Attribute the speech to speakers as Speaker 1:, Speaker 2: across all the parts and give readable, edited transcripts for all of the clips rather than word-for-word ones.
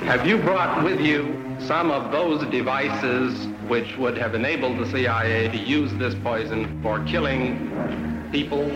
Speaker 1: Have you brought with you some of those devices which would have enabled the CIA to use this poison for killing people?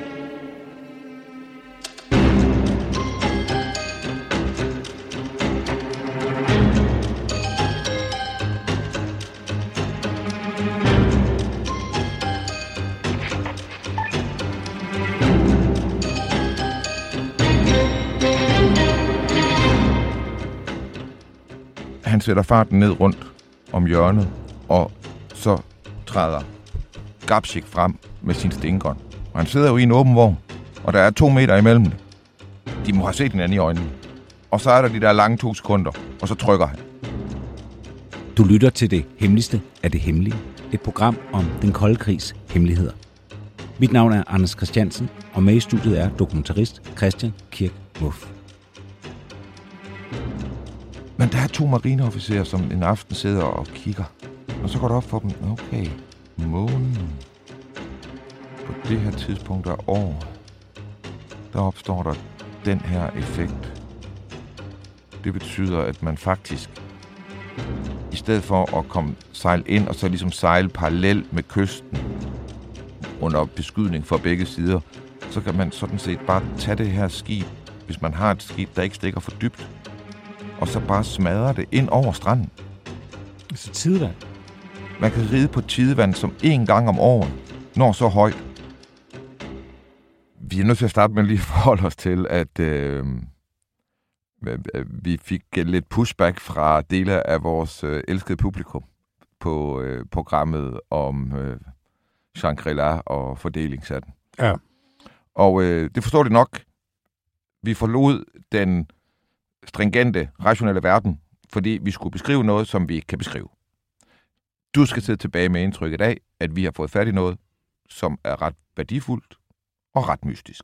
Speaker 2: Han sætter farten ned rundt om hjørnet, og så træder Gabčík frem med sin stengun. Og han sidder jo i en åben vogn, og der er 2 meter imellem det. De må have set hinanden i øjnene. Og så er der de der lange 2 sekunder, og så trykker han.
Speaker 3: Du lytter til Det Hemmeligste af det Hemmelige. Et program om den kolde krigs hemmeligheder. Mit navn er Anders Christiansen, og med i studiet er dokumentarist Christian Kirk Muff.
Speaker 2: Men der er 2 marineofficerer, som en aften sidder og kigger. Og så går det op for dem, okay, månen. På det her tidspunkt af året, der opstår der den her effekt. Det betyder, at man faktisk, i stedet for at sejle ind og så ligesom sejle parallelt med kysten, under beskydning fra begge sider, så kan man sådan set bare tage det her skib, hvis man har et skib, der ikke stikker for dybt, og så bare smadre det ind over stranden.
Speaker 3: Så tidevand?
Speaker 2: Man kan ride på tidevand, som 1 gang om året, når så højt. Vi er nødt til at starte med lige at forholde os til, at vi fik lidt pushback fra dele af vores elskede publikum på programmet om Shangri-La og fordelingshatten.
Speaker 3: Ja.
Speaker 2: Og det forstår de nok. Vi forlod den stringente, rationelle verden, fordi vi skulle beskrive noget, som vi ikke kan beskrive. Du skal sidde tilbage med indtrykket af, at vi har fået fat i noget, som er ret værdifuldt og ret mystisk.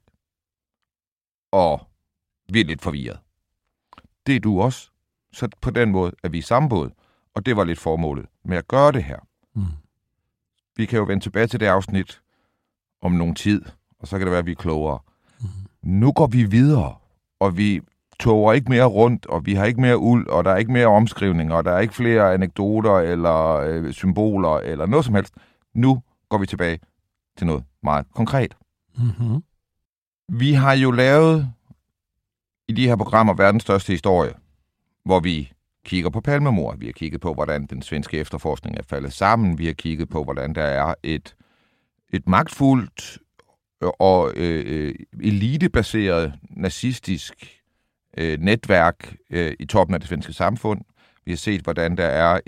Speaker 2: Og vi er lidt forvirret. Det er du også. Så på den måde er vi i samme båd, og det var lidt formålet med at gøre det her. Mm. Vi kan jo vende tilbage til det afsnit om nogen tid, og så kan det være, at vi er klogere. Mm. Nu går vi videre, og vi toger ikke mere rundt, og vi har ikke mere uld, og der er ikke mere omskrivninger, og der er ikke flere anekdoter eller symboler eller noget som helst. Nu går vi tilbage til noget meget konkret. Mm-hmm. Vi har jo lavet i de her programmer verdens største historie, hvor vi kigger på Palmemordet. Vi har kigget på, hvordan den svenske efterforskning er faldet sammen. Vi har kigget på, hvordan der er et magtfuldt og elitebaseret nazistisk netværk i toppen af det svenske samfund. Vi har set, hvordan der er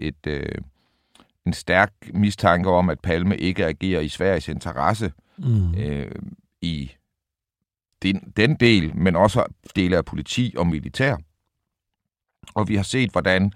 Speaker 2: en stærk mistanke om, at Palme ikke agerer i Sveriges interesse i den del, men også dele af politi og militær. Og vi har set, hvordan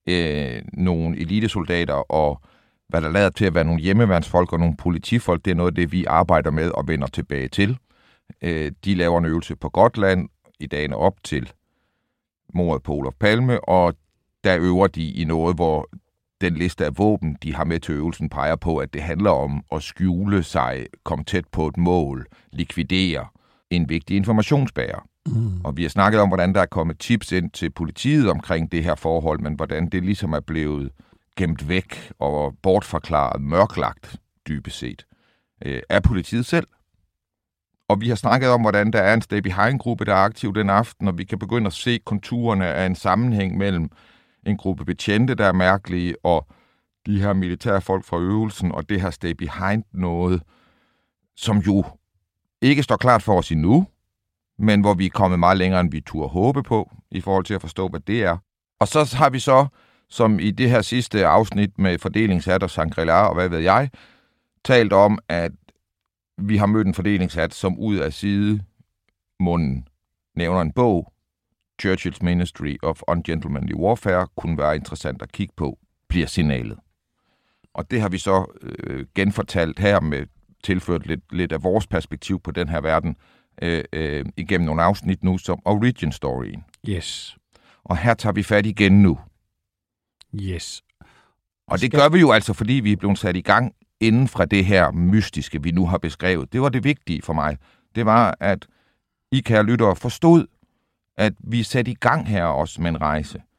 Speaker 2: nogle elitesoldater og hvad der lader til at være nogle hjemmeværnsfolk og nogle politifolk, det er noget af det, vi arbejder med og vender tilbage til. De laver en øvelse på Gotland i dagene op til mordet på Olof Palme, og der øver de i noget, hvor den liste af våben, de har med til øvelsen, peger på, at det handler om at skjule sig, komme tæt på et mål, likvidere en vigtig informationsbærer. Mm. Og vi har snakket om, hvordan der er kommet tips ind til politiet omkring det her forhold, men hvordan det ligesom er blevet gemt væk og bortforklaret, mørklagt dybest set af politiet selv. Og vi har snakket om, hvordan der er en Stay Behind-gruppe, der er aktiv den aften, og vi kan begynde at se konturerne af en sammenhæng mellem en gruppe betjente, der er mærkelige, og de her militære folk fra øvelsen, og det her Stay Behind noget, som jo ikke står klart for os endnu, men hvor vi er kommet meget længere, end vi turde håbe på, i forhold til at forstå, hvad det er. Og så har vi så, som i det her sidste afsnit med fordelingshat og Shangri-La og hvad ved jeg, talt om, at vi har mødt en fordelingshat, som ud af sidemunden nævner en bog, Churchill's Ministry of Ungentlemanly Warfare, kunne være interessant at kigge på, bliver signalet. Og det har vi så genfortalt her med tilført lidt af vores perspektiv på den her verden igennem nogle afsnit nu som Origin Storyen.
Speaker 3: Yes.
Speaker 2: Og her tager vi fat igen nu.
Speaker 3: Yes.
Speaker 2: Og det gør vi jo altså, fordi vi er blevet sat i gang inden fra det her mystiske, vi nu har beskrevet. Det var det vigtige for mig. Det var, at I, kære lyttere, forstod, at vi er sat i gang her også med en rejse.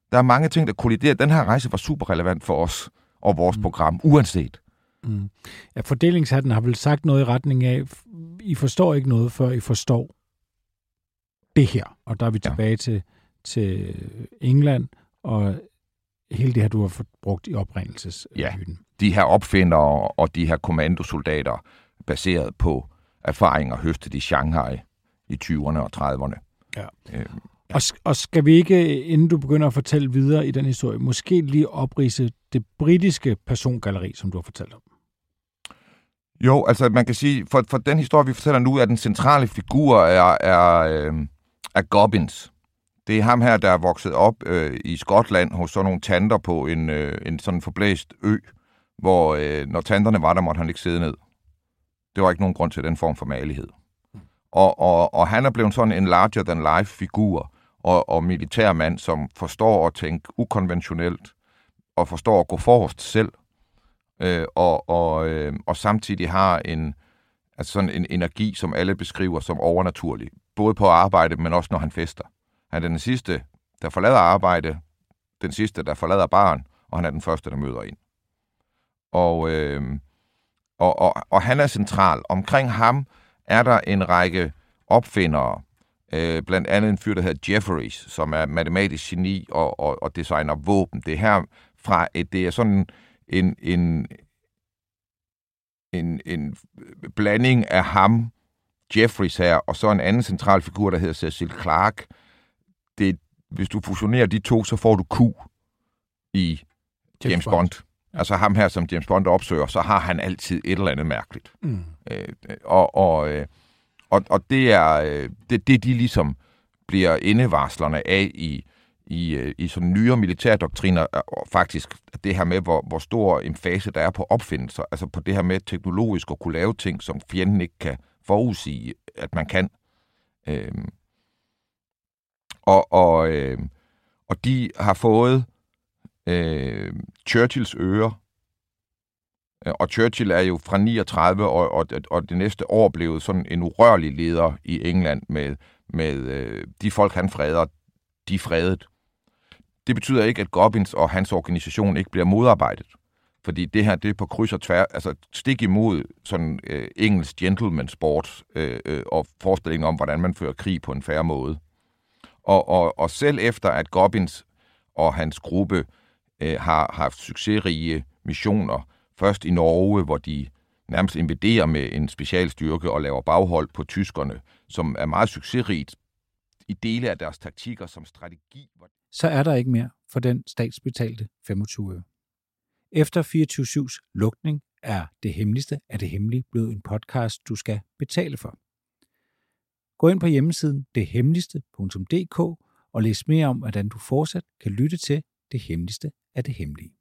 Speaker 2: Der er mange ting, der kolliderer. Den her rejse var super relevant for os og vores program, uanset.
Speaker 4: Mm. Ja, fordelingshatten har vel sagt noget i retning af, I forstår ikke noget, før I forstår det her. Og der er vi tilbage til England, og hele det her, du har brugt i oprindelseshytten.
Speaker 2: De her opfindere og de her kommandosoldater, baseret på erfaringer høstet i Shanghai i 20'erne og 30'erne.
Speaker 4: Ja. Og skal vi ikke, inden du begynder at fortælle videre i den historie, måske lige opridse det britiske persongalleri, som du har fortalt om?
Speaker 2: Jo, altså man kan sige, for den historie, vi fortæller nu, er den centrale figur er Gobbins. Det er ham her, der er vokset op i Skotland hos sådan nogle tanter på en sådan forblæst ø, hvor når tanterne var der, måtte han ikke sidde ned. Det var ikke nogen grund til den form for malighed. Og han er blevet sådan en larger-than-life-figur og militærmand, som forstår at tænke ukonventionelt og forstår at gå forrest selv. Og samtidig har sådan en energi, som alle beskriver som overnaturlig. Både på arbejde, men også når han fester. Han er den sidste, der forlader arbejde, den sidste, der forlader barn, og han er den første, der møder ind. Og han er central. Omkring ham er der en række opfindere, blandt andet en fyr, der hedder Jefferies, som er matematisk geni og designer våben. Det her fra det er sådan en blanding af ham, Jefferies her, og så en anden central figur, der hedder Cecil Clarke. Hvis du fusionerer de to, så får du Q i James Bond. Altså ham her, som James Bond opsøger, så har han altid et eller andet mærkeligt. Mm. Og det er det, de ligesom bliver indevarslerne af i sådan nyere militærdoktriner, og faktisk det her med, hvor stor en fase der er på opfindelser, altså på det her med teknologisk at kunne lave ting, som fjenden ikke kan forudsige, at man kan. Og de har fået Churchills ører, og Churchill er jo fra 39, og det næste år blev sådan en urørlig leder i England med de folk, han freder, de er fredet. Det betyder ikke, at Gobbins og hans organisation ikke bliver modarbejdet. Fordi det her, det er på kryds og tvær, altså stik imod sådan engelsk gentleman sport og forestillingen om, hvordan man fører krig på en fair måde. Og selv efter, at Gobbins og hans gruppe har haft succesrige missioner, først i Norge, hvor de nærmest invaderer med en specialstyrke og laver baghold på tyskerne, som er meget succesrigt i dele af deres taktikker som strategi.
Speaker 3: Så er der ikke mere for den statsbetalte 25 øre. Efter 24/7's lukning er Det Hemmeligste af det Hemmelige blevet en podcast, du skal betale for. Gå ind på hjemmesiden dethemmeligste.dk og læs mere om, hvordan du fortsat kan lytte til Det Hemmeligste af det Hemmelige.